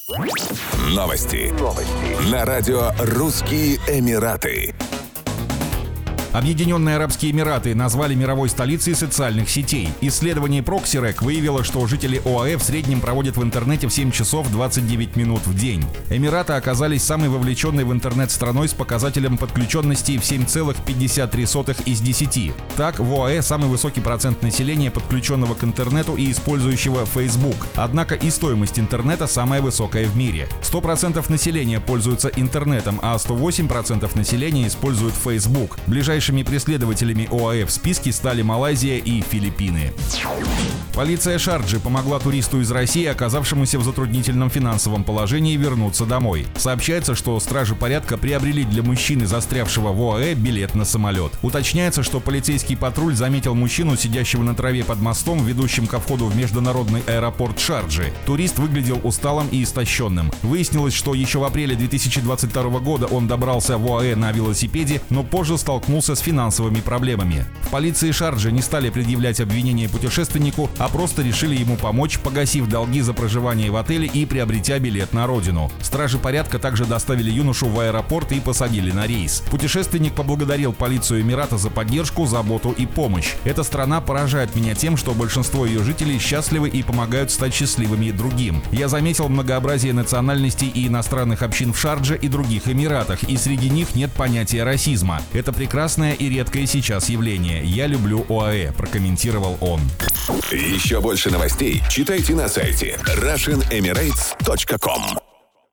Новости. На радио «Русские Эмираты». Объединенные Арабские Эмираты назвали мировой столицей социальных сетей. Исследование Proxyrec выявило, что жители ОАЭ в среднем проводят в интернете в 7 часов 29 минут в день. Эмираты оказались самой вовлеченной в интернет страной с показателем подключенности в 7,53 из 10. Так, в ОАЭ самый высокий процент населения, подключенного к интернету и использующего Facebook. Однако и стоимость интернета самая высокая в мире. 100% населения пользуются интернетом, а 108% населения используют Facebook. Ближайшими преследователями ОАЭ в списке стали Малайзия и Филиппины. Полиция Шарджи помогла туристу из России, оказавшемуся в затруднительном финансовом положении, вернуться домой. Сообщается, что стражи порядка приобрели для мужчины, застрявшего в ОАЭ, билет на самолет. Уточняется, что полицейский патруль заметил мужчину, сидящего на траве под мостом, ведущим ко входу в международный аэропорт Шарджи. Турист выглядел усталым и истощенным. Выяснилось, что еще в апреле 2022 года он добрался в ОАЭ на велосипеде, но позже столкнулся с финансовыми проблемами. В полиции Шарджи не стали предъявлять обвинения путешественнику, а просто решили ему помочь, погасив долги за проживание в отеле и приобретя билет на родину. Стражи порядка также доставили юношу в аэропорт и посадили на рейс. Путешественник поблагодарил полицию Эмирата за поддержку, заботу и помощь. Эта страна поражает меня тем, что большинство ее жителей счастливы и помогают стать счастливыми другим. Я заметил многообразие национальностей и иностранных общин в Шардже и других Эмиратах, и среди них нет понятия расизма. Это прекрасное и редкое сейчас явление. Я люблю ОАЭ, прокомментировал он. Еще больше новостей читайте на сайте RussianEmirates.com.